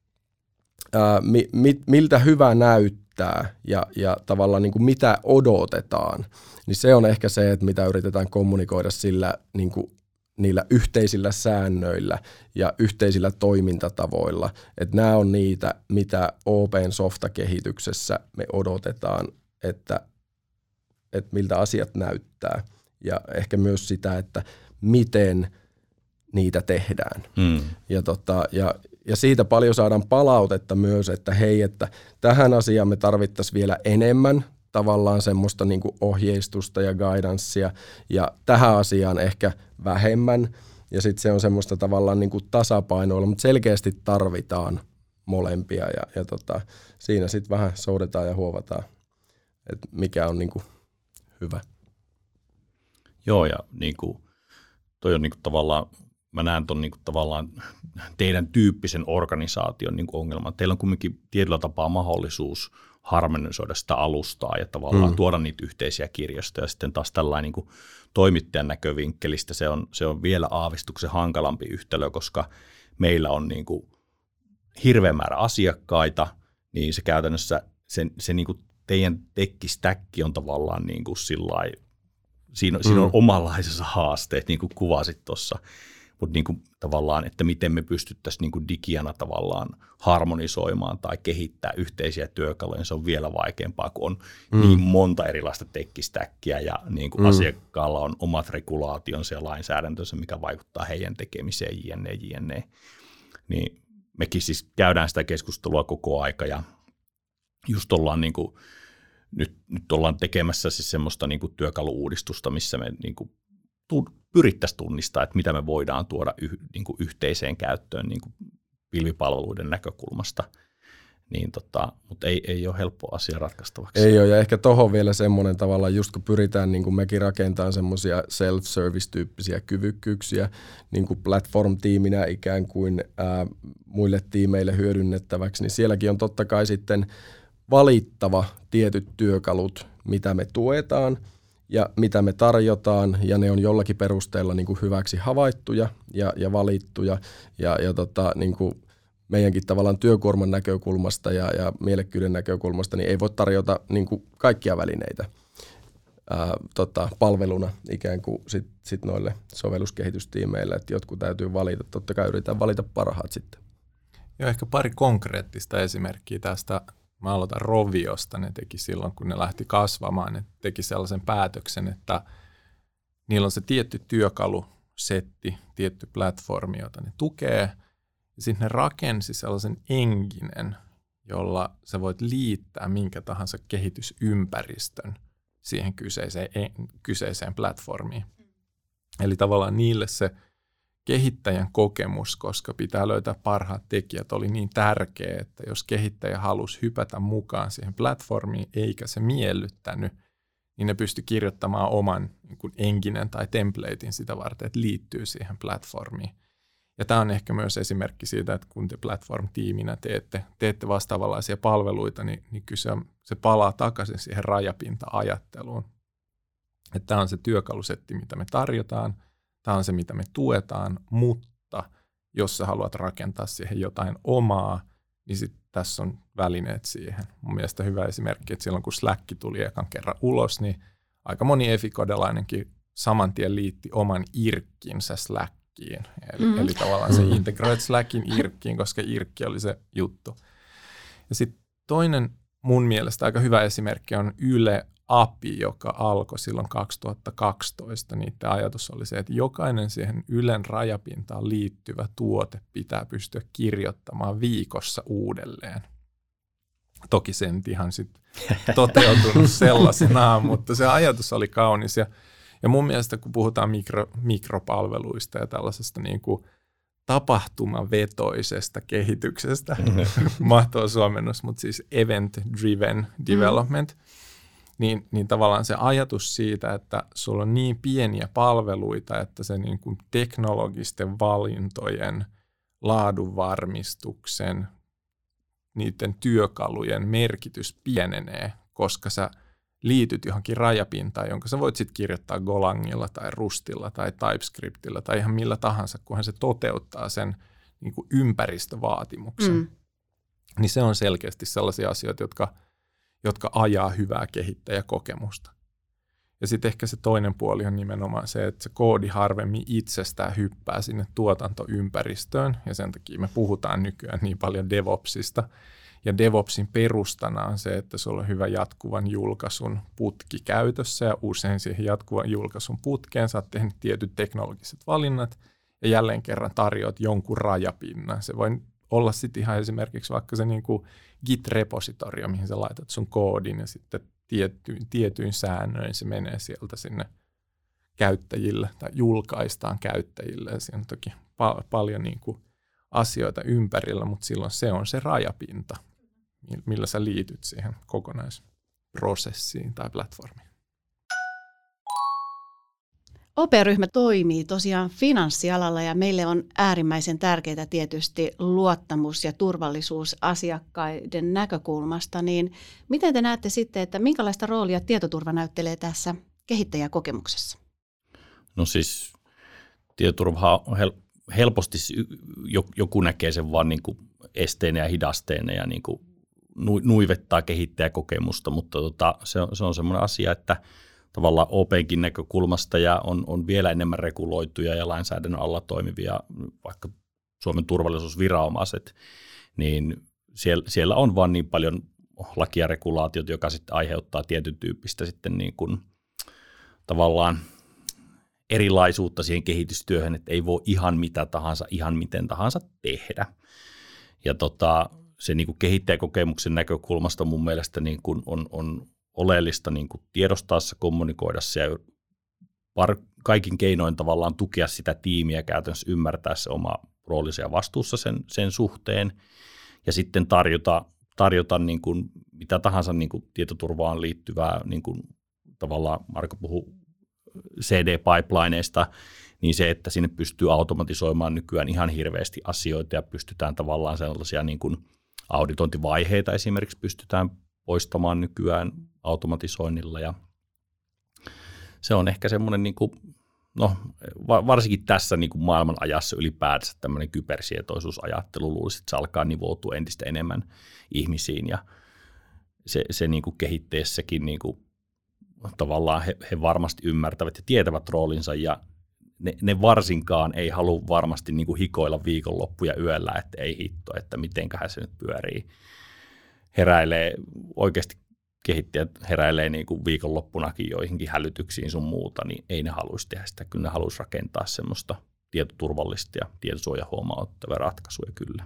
ää, mi, mi, miltä hyvä näyttää ja, ja tavallaan niin kuin mitä odotetaan, niin se on ehkä se, että mitä yritetään kommunikoida sillä niin kuin niillä yhteisillä säännöillä ja yhteisillä toimintatavoilla. Että nämä on niitä, mitä Open Softa-kehityksessä me odotetaan, että, että miltä asiat näyttää. Ja ehkä myös sitä, että miten niitä tehdään. Mm. Ja, tota, ja, ja siitä paljon saadaan palautetta myös, että hei, että tähän asiaan me tarvittaisiin vielä enemmän tavallaan semmoista niin kuin ohjeistusta ja guidancea, ja tähän asiaan ehkä vähemmän, ja sitten se on semmoista tavallaan niin kuin tasapainoilla, mutta selkeästi tarvitaan molempia, ja, ja tota, siinä sitten vähän soudetaan ja huovataan, että mikä on niin kuin hyvä. Joo, ja niin kuin, toi on niin kuin tavallaan, mä näen ton niin kuin tavallaan teidän tyyppisen organisaation niin kuin ongelman. Teillä on kuitenkin tietyllä tapaa mahdollisuus harmonisoida sitä alustaa ja tavallaan mm. tuoda niitä yhteisiä kirjastoja. Sitten taas tällainen niin kuin toimittajan näkövinkkelistä se on, se on vielä aavistuksen hankalampi yhtälö, koska meillä on niin kuin hirveä määrä asiakkaita, niin se käytännössä se, se niin kuin teidän tekkistäkki on tavallaan niin kuin sillai, siinä, mm. siinä on omanlaisensa haasteet, niin kuin kuvasit tuossa. Mutta niinku tavallaan, että miten me pystyttäisiin niinku digiana tavallaan harmonisoimaan tai kehittää yhteisiä työkaluja, se on vielä vaikeampaa, kun on mm. niin monta erilaista tekkistäkkiä ja niinku mm. asiakkaalla on omat regulaationsa ja lainsäädäntönsä, mikä vaikuttaa heidän tekemiseen, jne, jne. Niin mekin siis käydään sitä keskustelua koko aika ja just ollaan niinku, nyt, nyt ollaan tekemässä siis semmoista niinku työkalu-uudistusta, missä me niinku pyrittäisiin tunnistaa, että mitä me voidaan tuoda yh, niin kuin yhteiseen käyttöön niin kuin pilvipalveluiden näkökulmasta, niin tota, mutta ei, ei ole helppo asia ratkaistavaksi. Ei ole, ja ehkä tuohon vielä semmoinen tavalla, just kun pyritään niin kuin mekin rakentamaan semmoisia self-service-tyyppisiä kyvykkyyksiä niin kuin platform-tiiminä ikään kuin ää, muille tiimeille hyödynnettäväksi, niin sielläkin on totta kai sitten valittava tietyt työkalut, mitä me tuetaan, ja mitä me tarjotaan, ja ne on jollakin perusteella niin kuin hyväksi havaittuja ja, ja valittuja, ja, ja tota, niin kuin meidänkin tavallaan työkuorman näkökulmasta ja, ja mielekkyyden näkökulmasta, niin ei voi tarjota niin kuin kaikkia välineitä ää, tota, palveluna ikään kuin sit, sit noille sovelluskehitystiimeille, että jotkut täytyy valita, totta kai yritetään valita parhaat sitten. Joo, ehkä pari konkreettista esimerkkiä tästä. Mä aloitan Roviosta, ne teki silloin, kun ne lähti kasvamaan, ne teki sellaisen päätöksen, että niillä on se tietty työkalusetti, tietty platformi, jota ne tukee, ja sitten ne rakensi sellaisen enginen, jolla sä voit liittää minkä tahansa kehitysympäristön siihen kyseiseen, kyseiseen platformiin. Eli tavallaan niille se kehittäjän kokemus, koska pitää löytää parhaat tekijät, oli niin tärkeä, että jos kehittäjä halusi hypätä mukaan siihen platformiin eikä se miellyttänyt, niin ne pystyi kirjoittamaan oman niin kuin enginen tai templatein sitä varten, että liittyy siihen platformiin. Ja tämä on ehkä myös esimerkki siitä, että kun te platform-tiiminä teette, teette vastaavanlaisia palveluita, niin, niin kyllä se, se palaa takaisin siihen rajapinta-ajatteluun. Että tämä on se työkalusetti, mitä me tarjotaan. Tämä on se, mitä me tuetaan, mutta jos sä haluat rakentaa siihen jotain omaa, niin sit tässä on välineet siihen. Mun mielestä hyvä esimerkki, että silloin kun Slack tuli ekan kerran ulos, niin aika moni efikodelainenkin saman tien liitti oman irkkinsä Slackiin. Eli, mm. eli tavallaan se integroit Slackin irkkiin, koska irkki oli se juttu. Ja sitten toinen mun mielestä aika hyvä esimerkki on Yle A P I, joka alkoi silloin kaksituhattakaksitoista. Niiden ajatus oli se, että jokainen siihen Ylen rajapintaan liittyvä tuote pitää pystyä kirjoittamaan viikossa uudelleen. Toki se ei ihan sit toteutunut sellaisenaan, mutta se ajatus oli kaunis. Ja, Ja mun mielestä, kun puhutaan mikro, mikropalveluista ja tällaisesta niin kuin tapahtumavetoisesta kehityksestä, mahtava suomennos, mutta siis event-driven development, mm. niin, niin tavallaan se ajatus siitä, että sulla on niin pieniä palveluita, että se niin kuin teknologisten valintojen, laadunvarmistuksen, niiden työkalujen merkitys pienenee, koska sä liityt johonkin rajapintaan, jonka sä voit sitten kirjoittaa Golangilla tai Rustilla tai TypeScriptillä tai ihan millä tahansa, kunhan se toteuttaa sen niin kuin ympäristövaatimuksen. Mm. Niin se on selkeästi sellaisia asioita, jotka, jotka ajaa hyvää kehittäjäkokemusta. Ja sitten ehkä se toinen puoli on nimenomaan se, että se koodi harvemmin itsestään hyppää sinne tuotantoympäristöön, ja sen takia me puhutaan nykyään niin paljon DevOpsista. Ja DevOpsin perustana on se, että sulla on hyvä jatkuvan julkaisun putki käytössä, ja usein siihen jatkuvan julkaisun putkeen sä oot tehnyt tietyt teknologiset valinnat, ja jälleen kerran tarjoat jonkun rajapinnan. Se voi olla sitten ihan esimerkiksi vaikka se niin kuin Git-repositorio, mihin sä laitat sun koodin, ja sitten tietyin, tietyin säännöin se menee sieltä sinne käyttäjille, tai julkaistaan käyttäjille, ja siinä on toki pal- paljon niin kuin asioita ympärillä, mutta silloin se on se rajapinta, millä sä liityt siihen kokonaisprosessiin tai platformiin. O P-ryhmä toimii tosiaan finanssialalla ja meille on äärimmäisen tärkeää tietysti luottamus ja turvallisuus asiakkaiden näkökulmasta. Niin miten te näette sitten, että minkälaista roolia tietoturva näyttelee tässä kehittäjäkokemuksessa? No siis tietoturva on hel- helposti joku näkee sen vaan niin kuin esteenä ja hidasteena ja niin kuin nuivettaa kehittäjäkokemusta, mutta tota, se on, se on semmoinen asia, että tavallaan O P:nkin näkökulmasta ja on, on vielä enemmän reguloituja ja lainsäädännön alla toimivia, vaikka Suomen turvallisuusviranomaiset, niin siellä, siellä on vaan niin paljon lakia ja regulaatiot, joka sitten aiheuttaa tietyn tyyppistä sitten niin kuin tavallaan erilaisuutta siihen kehitystyöhön, että ei voi ihan mitä tahansa, ihan miten tahansa tehdä. Ja tota, se niin kuin kehittäjäkokemuksen näkökulmasta mun mielestä niin kuin on, on oleellista niin kuin tiedostaa se, kommunikoida se ja par, kaikin keinoin tavallaan tukea sitä tiimiä käytännössä ymmärtää se oma roolinsa ja vastuussa sen, sen suhteen ja sitten tarjota, tarjota niin kuin mitä tahansa niin kuin tietoturvaan liittyvää, niin kuin tavallaan Marko puhui C D-pipelineista, niin se, että sinne pystyy automatisoimaan nykyään ihan hirveästi asioita ja pystytään tavallaan sellaisia niin kuin auditointivaiheita esimerkiksi pystytään poistamaan nykyään automatisoinnilla ja se on ehkä semmoinen, niin kuin, no varsinkin tässä niin kuin maailman ajassa ylipäätänsä tämmöinen kybersietoisuusajattelu luulisi, että se alkaa nivoutua entistä enemmän ihmisiin ja se, se niin kuin kehitteessäkin niin kuin tavallaan he, he varmasti ymmärtävät ja tietävät roolinsa ja ne, ne varsinkaan ei halua varmasti niin kuin hikoilla viikonloppuja yöllä, että ei hitto, että mitenköhän se nyt pyörii. Heräilee, oikeasti kehittäjät heräilee niin kuin viikonloppunakin joihinkin hälytyksiin sun muuta, niin ei ne haluaisi tehdä sitä. Kyllä ne haluaisi rakentaa semmoista tietoturvallista ja tietosuojahuomauttavia ratkaisuja kyllä.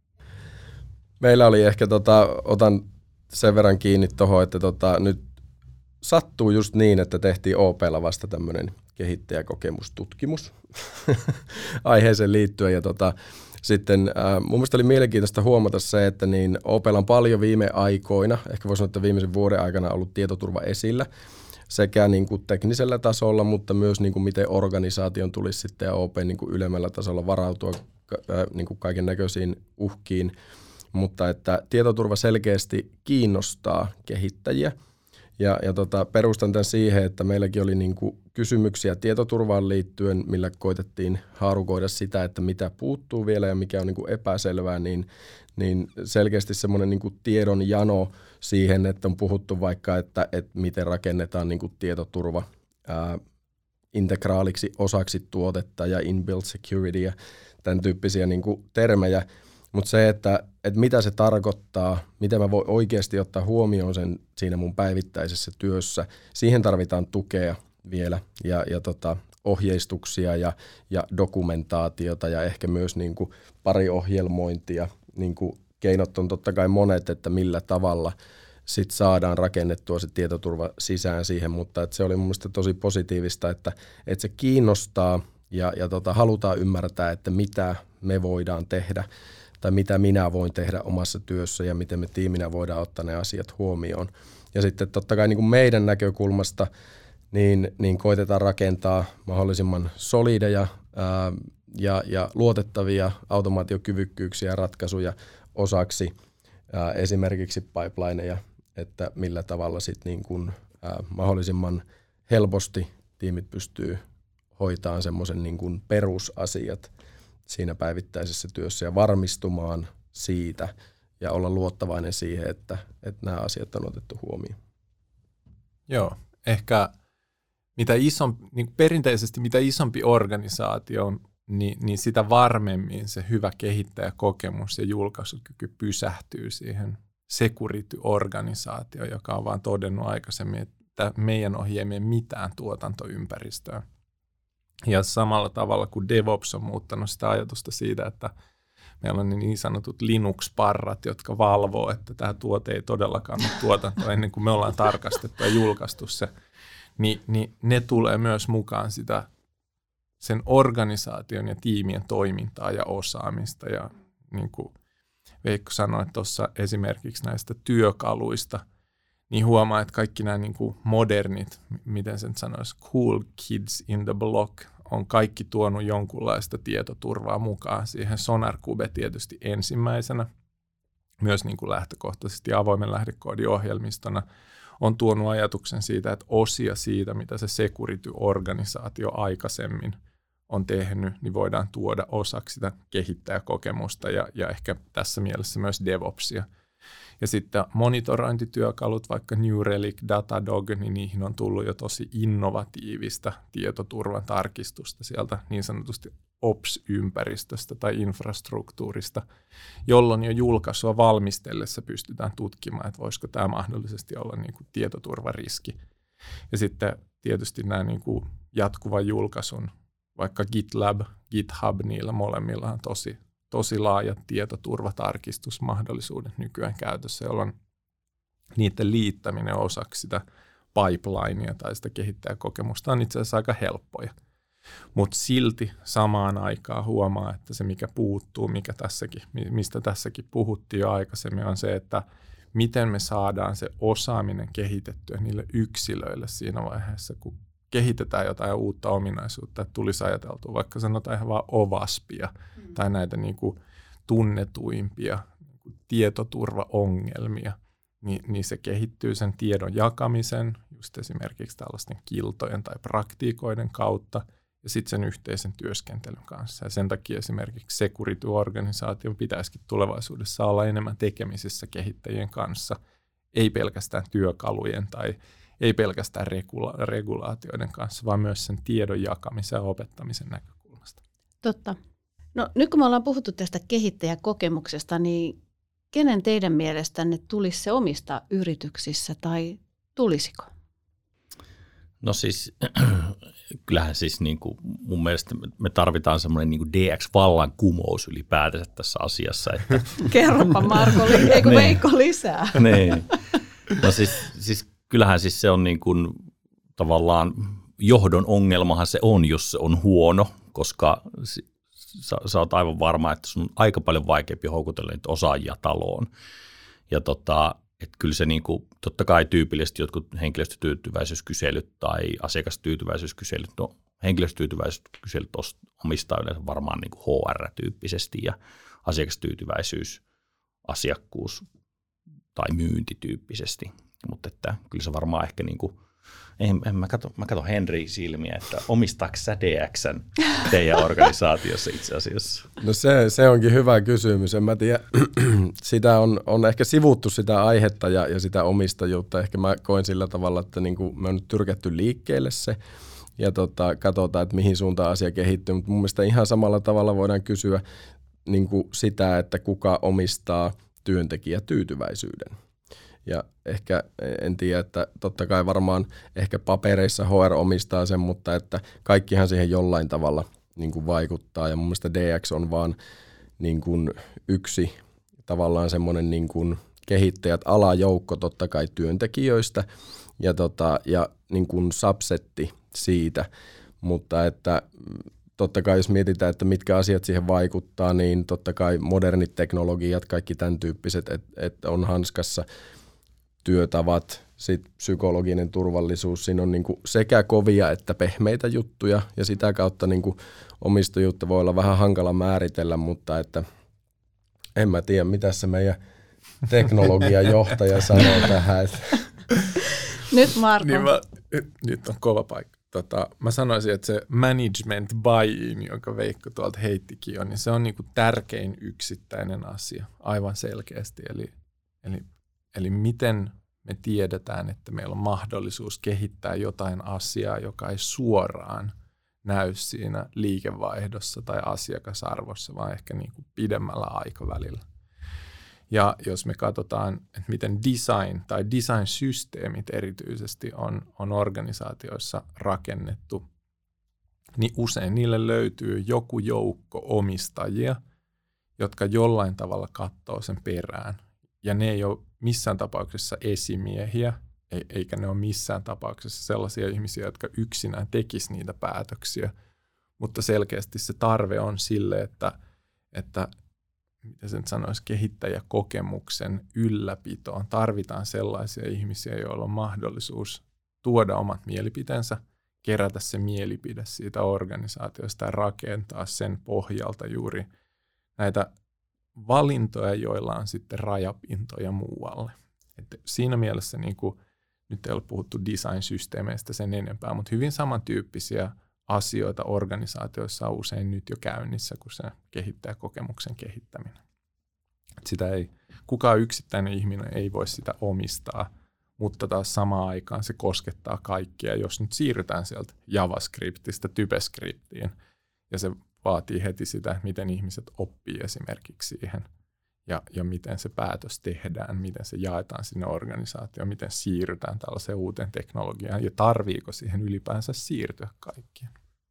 Meillä oli ehkä, tota, otan sen verran kiinni tuohon, että tota, nyt sattuu just niin, että tehtiin O P:lla vasta tämmöinen kehittäjäkokemustutkimus aiheeseen liittyen. Ja tota, sitten äh, mun mielestä oli mielenkiintoista huomata se, että niin O P:lla on paljon viime aikoina, ehkä voisi sanoa, että viimeisen vuoden aikana ollut tietoturva esillä sekä niin kuin teknisellä tasolla, mutta myös niin kuin miten organisaation tulisi sitten ja O P niin kuin ylemmällä tasolla varautua äh, niin kuin kaiken näköisiin uhkiin, mutta että tietoturva selkeästi kiinnostaa kehittäjiä. Ja, ja tota, perustan tämän siihen, että meilläkin oli niinku kysymyksiä tietoturvaan liittyen, millä koitettiin haarukoida sitä, että mitä puuttuu vielä ja mikä on niinku epäselvää, niin, niin selkeästi semmoinen niinku tiedon jano siihen, että on puhuttu vaikka, että, että miten rakennetaan niinku tietoturva ää, integraaliksi osaksi tuotetta ja inbuilt security ja tämän tyyppisiä niinku termejä. Mutta se, että, että mitä se tarkoittaa, miten mä voin oikeasti ottaa huomioon sen siinä mun päivittäisessä työssä, siihen tarvitaan tukea vielä ja, ja tota, ohjeistuksia ja, ja dokumentaatiota ja ehkä myös niin kuin pari ohjelmointia. Niin kuin keinot on totta kai monet, että millä tavalla sit saadaan rakennettua se tietoturva sisään siihen, mutta et se oli mun mielestä tosi positiivista, että, että se kiinnostaa ja, ja tota, halutaan ymmärtää, että mitä me voidaan tehdä tai mitä minä voin tehdä omassa työssä ja miten me tiiminä voidaan ottaa ne asiat huomioon. Ja sitten totta kai niin kuin meidän näkökulmasta niin, niin koitetaan rakentaa mahdollisimman solideja ää, ja, ja luotettavia automaatiokyvykkyyksiä ja ratkaisuja osaksi ää, esimerkiksi pipelineja, että millä tavalla sit niin kuin, ää, mahdollisimman helposti tiimit pystyy hoitamaan semmoisen niin kuin perusasiat siinä päivittäisessä työssä ja varmistumaan siitä ja olla luottavainen siihen, että, että nämä asiat on otettu huomioon. Joo, ehkä mitä isompi, niin perinteisesti mitä isompi organisaatio on, niin, niin sitä varmemmin se hyvä kehittäjäkokemus ja julkaisukyky pysähtyy siihen security-organisaatioon, joka on vaan todennut aikaisemmin, että meidän ohi ei mene mitään tuotantoympäristöä. Ja samalla tavalla kuin DevOps on muuttanut sitä ajatusta siitä, että meillä on niin sanotut Linux-parrat, jotka valvoo, että tämä tuote ei todellakaan ole tuotantoa ennen kuin me ollaan tarkastettu ja julkaistu se, niin, niin ne tulee myös mukaan sitä sen organisaation ja tiimien toimintaa ja osaamista. Ja niin kuin Veikko sanoi tuossa esimerkiksi näistä työkaluista, niin huomaa, että kaikki nämä niin kuin modernit, miten sen sanoisi, cool kids in the block, on kaikki tuonut jonkunlaista tietoturvaa mukaan siihen. SonarQube tietysti ensimmäisenä, myös niin kuin lähtökohtaisesti avoimen lähdekoodiohjelmistona, on tuonut ajatuksen siitä, että osia siitä, mitä se security-organisaatio aikaisemmin on tehnyt, niin voidaan tuoda osaksi sitä kehittäjäkokemusta ja, ja ehkä tässä mielessä myös DevOpsia. Ja sitten monitorointityökalut, vaikka New Relic, Datadog, niin niihin on tullut jo tosi innovatiivista tietoturvan tarkistusta sieltä niin sanotusti Ops-ympäristöstä tai infrastruktuurista, jolloin jo julkaisua valmistellessa pystytään tutkimaan, että voisiko tämä mahdollisesti olla niin kuin tietoturvariski. Ja sitten tietysti nämä niin kuin jatkuvan julkaisun, vaikka GitLab, GitHub, niillä molemmilla on tosi tosi laajat tietoturvatarkistusmahdollisuudet nykyään käytössä, jolloin niiden liittäminen osaksi sitä pipelinea tai sitä kehittäjäkokemusta on itse asiassa aika helppoja. Mutta silti samaan aikaan huomaa, että se mikä puuttuu, mikä tässäkin, mistä tässäkin puhuttiin jo aikaisemmin, on se, että miten me saadaan se osaaminen kehitettyä niille yksilöille siinä vaiheessa, kun kehitetään jotain uutta ominaisuutta, että tulisi ajateltua vaikka sanotaan ihan vaan ovaspia mm. tai näitä niin kuin tunnetuimpia niin kuin tietoturvaongelmia, niin, niin se kehittyy sen tiedon jakamisen, just esimerkiksi tällaisten kiltojen tai praktiikoiden kautta, ja sitten sen yhteisen työskentelyn kanssa. Ja sen takia esimerkiksi security-organisaation pitäisikin tulevaisuudessa olla enemmän tekemisissä kehittäjien kanssa, ei pelkästään työkalujen tai ei pelkästään regula- regulaatioiden kanssa, vaan myös sen tiedon jakamisen ja opettamisen näkökulmasta. Totta. No nyt kun me ollaan puhuttu tästä kehittäjäkokemuksesta, niin kenen teidän mielestänne tulisi se omistaa yrityksissä tai tulisiko? No siis kyllähän siis niin kuin mun mielestä me tarvitaan semmoinen niin kuin D X-vallankumous ylipäätänsä tässä asiassa. Että kerropa Marko, eikö niin. Veikko lisää? Niin. No siis, siis kyllähän siis se on niin kuin tavallaan johdon ongelmahan se on, jos se on huono, koska sä, sä oot aivan varma, että sun on aika paljon vaikeampi houkutella niitä osaajia taloon. Ja tota, että kyllä se niin kuin, totta kai tyypillisesti jotkut henkilöstötyytyväisyyskyselyt tai asiakastyytyväisyyskyselyt, no henkilöstötyytyväisyyskyselyt omistaa yleensä varmaan niin kuin H R-tyyppisesti ja asiakastyytyväisyys, asiakkuus tai myyntityyppisesti. Mutta että kyllä se varmaan ehkä niin kuin, en, en, mä katson mä katso Henri silmiä, että omistaako sä D X:n teidän organisaatiossa itse asiassa? No se, se onkin hyvä kysymys. En mä tiedä, sitä on, on ehkä sivuttu sitä aihetta ja, ja sitä omistajuutta. Ehkä mä koin sillä tavalla, että niin kuin me on nyt tyrkätty liikkeelle se ja tota, katsotaan, että mihin suuntaan asia kehittyy. Mutta mun mielestä ihan samalla tavalla voidaan kysyä niin kuin sitä, että kuka omistaa työntekijätyytyväisyyden. Ja ehkä en tiedä, että totta kai varmaan ehkä papereissa H R omistaa sen, mutta että kaikkihan siihen jollain tavalla niin kuin vaikuttaa. Ja mun mielestä D X on vaan niin kuin yksi tavallaan semmoinen niin kuin kehittäjät, alajoukko totta kai työntekijöistä ja, tota, ja niin kuin subsetti siitä, mutta että totta kai jos mietitään, että mitkä asiat siihen vaikuttaa, niin totta kai modernit teknologiat, kaikki tämän tyyppiset, että et on hanskassa työtavat, sitten psykologinen turvallisuus, siinä on niinku sekä kovia että pehmeitä juttuja ja sitä kautta niinku omistajuutta voi olla vähän hankala määritellä, mutta että en mä tiedä, mitä se meidän teknologiajohtaja sanoo tähän. Että. Nyt Marko. Niin mä, nyt on kova paikka. Tota, mä sanoisin, että se management buy-in, jonka Veikko tuolta heittikin on, niin se on niinku tärkein yksittäinen asia aivan selkeästi. Eli, eli, eli miten me tiedetään, että meillä on mahdollisuus kehittää jotain asiaa, joka ei suoraan näy siinä liikevaihdossa tai asiakasarvossa, vaan ehkä niin kuin pidemmällä aikavälillä. Ja jos me katsotaan, että miten design tai design-systeemit erityisesti on, on organisaatioissa rakennettu, niin usein niille löytyy joku joukko omistajia, jotka jollain tavalla katsoo sen perään. Ja ne ei ole missään tapauksessa esimiehiä, eikä ne ole missään tapauksessa sellaisia ihmisiä, jotka yksinään tekisivät niitä päätöksiä. Mutta selkeästi se tarve on sille, että, että mitä sen sanoisi, kehittäjäkokemuksen ylläpitoon tarvitaan sellaisia ihmisiä, joilla on mahdollisuus tuoda omat mielipiteensä, kerätä se mielipide siitä organisaatiosta ja rakentaa sen pohjalta juuri näitä valintoja, joilla on sitten rajapintoja muualle. Et siinä mielessä niin kuin, nyt ei ole puhuttu design-systeemeistä sen enempää, mutta hyvin samantyyppisiä asioita organisaatioissa on usein nyt jo käynnissä kuin se kehittäjäkokemuksen kehittäminen. Et sitä ei, kukaan yksittäinen ihminen ei voi sitä omistaa, mutta taas samaan aikaan se koskettaa kaikkia. Jos nyt siirrytään sieltä JavaScriptista TypeScriptiin ja se vaatii heti sitä, miten ihmiset oppii esimerkiksi siihen ja, ja miten se päätös tehdään, miten se jaetaan sinne organisaatioon, miten siirrytään tällaiseen uuteen teknologiaan ja tarviiko siihen ylipäänsä siirtyä kaikkien.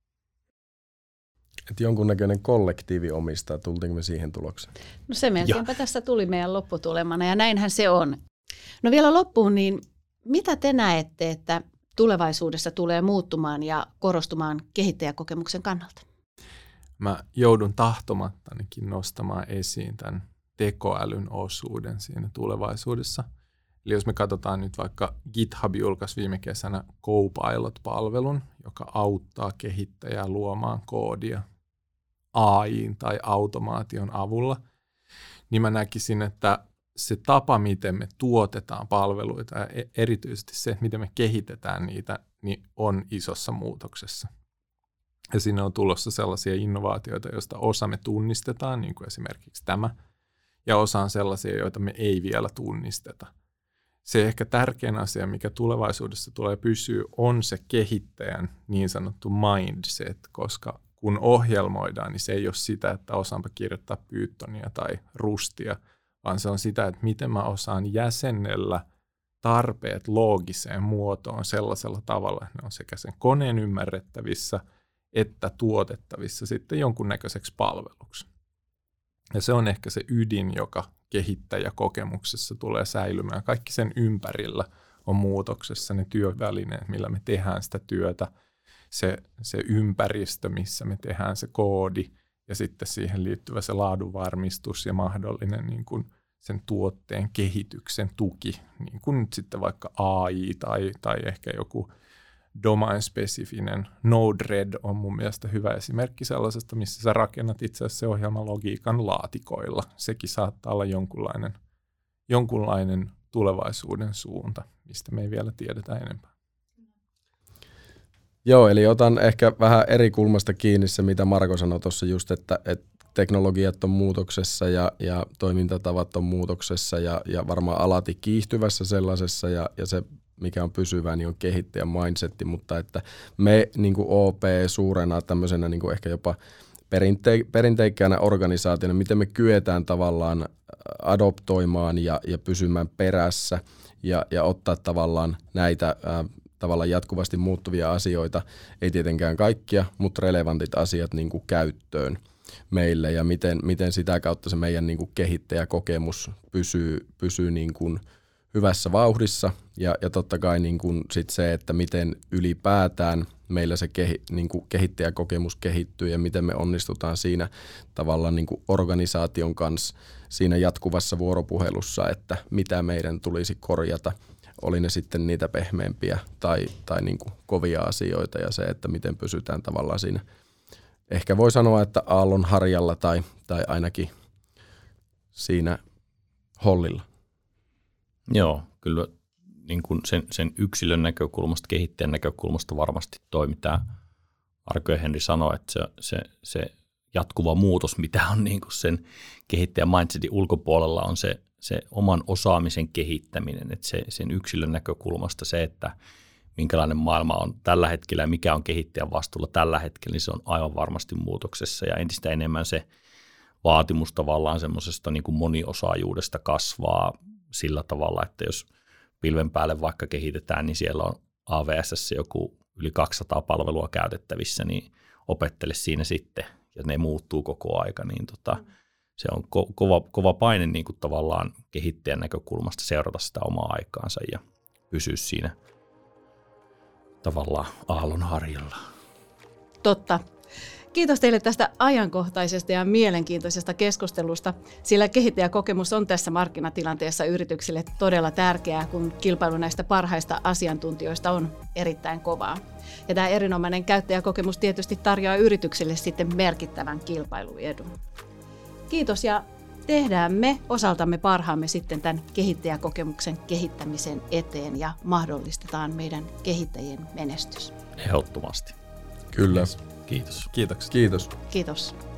Että jonkunnäköinen kollektiivi omistaa, tultiinko me siihen tulokseen? No se melkeinpä tästä tuli meidän lopputulemana ja näinhän se on. No vielä loppuun, niin mitä te näette, että tulevaisuudessa tulee muuttumaan ja korostumaan kehittäjäkokemuksen kannalta? Mä joudun tahtomattanikin nostamaan esiin tämän tekoälyn osuuden siinä tulevaisuudessa. Eli jos me katsotaan nyt vaikka GitHub julkaisi viime kesänä Copilot-palvelun, joka auttaa kehittäjää luomaan koodia A I:n tai automaation avulla, niin mä näkisin, että se tapa, miten me tuotetaan palveluita ja erityisesti se, miten me kehitetään niitä, niin on isossa muutoksessa. Ja sinne on tulossa sellaisia innovaatioita, joista osa me tunnistetaan, niin kuin esimerkiksi tämä, ja osa on sellaisia, joita me ei vielä tunnisteta. Se ehkä tärkein asia, mikä tulevaisuudessa tulee pysyä, on se kehittäjän niin sanottu mindset, koska kun ohjelmoidaan, niin se ei ole sitä, että osaanpa kirjoittaa Pythonia tai Rustia, vaan se on sitä, että miten mä osaan jäsennellä tarpeet loogiseen muotoon sellaisella tavalla, että ne on sekä sen koneen ymmärrettävissä, että tuotettavissa sitten jonkunnäköiseksi palveluksi. Ja se on ehkä se ydin, joka kehittäjäkokemuksessa tulee säilymään. Kaikki sen ympärillä on muutoksessa, ne työvälineet, millä me tehdään sitä työtä, se, se ympäristö, missä me tehdään se koodi ja sitten siihen liittyvä se laadunvarmistus ja mahdollinen niin kuin sen tuotteen kehityksen tuki, niin kuin nyt sitten vaikka A I tai, tai ehkä joku domain-spesifinen Node-RED on mun mielestä hyvä esimerkki sellaisesta, missä sä rakennat itse asiassa se ohjelman logiikan laatikoilla. Sekin saattaa olla jonkunlainen, jonkunlainen tulevaisuuden suunta, mistä me ei vielä tiedetä enempää. Joo, eli otan ehkä vähän eri kulmasta kiinni se, mitä Marko sanoi tuossa just, että, että teknologiat on muutoksessa ja, ja toimintatavat on muutoksessa ja, ja varmaan alati kiihtyvässä sellaisessa ja, ja se mikä on pysyvää, niin on kehittäjän mindsetti, mutta että me niin kuin O P suurena tämmöisenä niin kuin ehkä jopa perinte- perinteikkäänä organisaationa, miten me kyetään tavallaan adoptoimaan ja, ja pysymään perässä ja, ja ottaa tavallaan näitä ää, tavallaan jatkuvasti muuttuvia asioita, ei tietenkään kaikkia, mutta relevantit asiat niin kuin käyttöön. meille ja miten, miten sitä kautta se meidän niin kuin kehittäjäkokemus pysyy, pysyy niin kuin hyvässä vauhdissa ja, ja totta kai niin kuin sit se, että miten ylipäätään meillä se kehi, niin kuin kehittäjäkokemus kehittyy ja miten me onnistutaan siinä tavallaan niin kuin organisaation kanssa siinä jatkuvassa vuoropuhelussa, että mitä meidän tulisi korjata, oli ne sitten niitä pehmeämpiä tai, tai niin kuin kovia asioita ja se, että miten pysytään tavallaan siinä. Ehkä voi sanoa, että aallon harjalla tai, tai ainakin siinä hollilla. Joo, kyllä niin kuin sen, sen yksilön näkökulmasta, kehittäjän näkökulmasta varmasti toi, mitä Arko ja Henri sanoi, että se, se, se jatkuva muutos, mitä on niin kuin sen kehittäjän mindsetin ulkopuolella, on se, se oman osaamisen kehittäminen, että se, sen yksilön näkökulmasta se, että minkälainen maailma on tällä hetkellä ja mikä on kehittäjän vastuulla tällä hetkellä, niin se on aivan varmasti muutoksessa ja entistä enemmän se vaatimus tavallaan semmoisesta niin kuin moniosaajuudesta kasvaa sillä tavalla, että jos pilven päälle vaikka kehitetään, niin siellä on A W S joku yli kaksisataa palvelua käytettävissä, niin opettele siinä sitten ja ne muuttuu koko aika, niin tota, se on ko- kova, kova paine niin kuin tavallaan kehittäjän näkökulmasta seurata sitä omaa aikaansa ja pysyä siinä tavallaan aallon harjalla. Totta. Kiitos teille tästä ajankohtaisesta ja mielenkiintoisesta keskustelusta, sillä kehittäjäkokemus on tässä markkinatilanteessa yrityksille todella tärkeää, kun kilpailu näistä parhaista asiantuntijoista on erittäin kovaa. Ja tämä erinomainen käyttäjäkokemus tietysti tarjoaa yrityksille sitten merkittävän kilpailuedun. Kiitos ja tehdään me osaltamme parhaamme sitten tämän kehittäjäkokemuksen kehittämisen eteen ja mahdollistetaan meidän kehittäjien menestys. Ehdottomasti. Kyllä. Kiitos. Kiitoksia. Kiitos. Kiitos.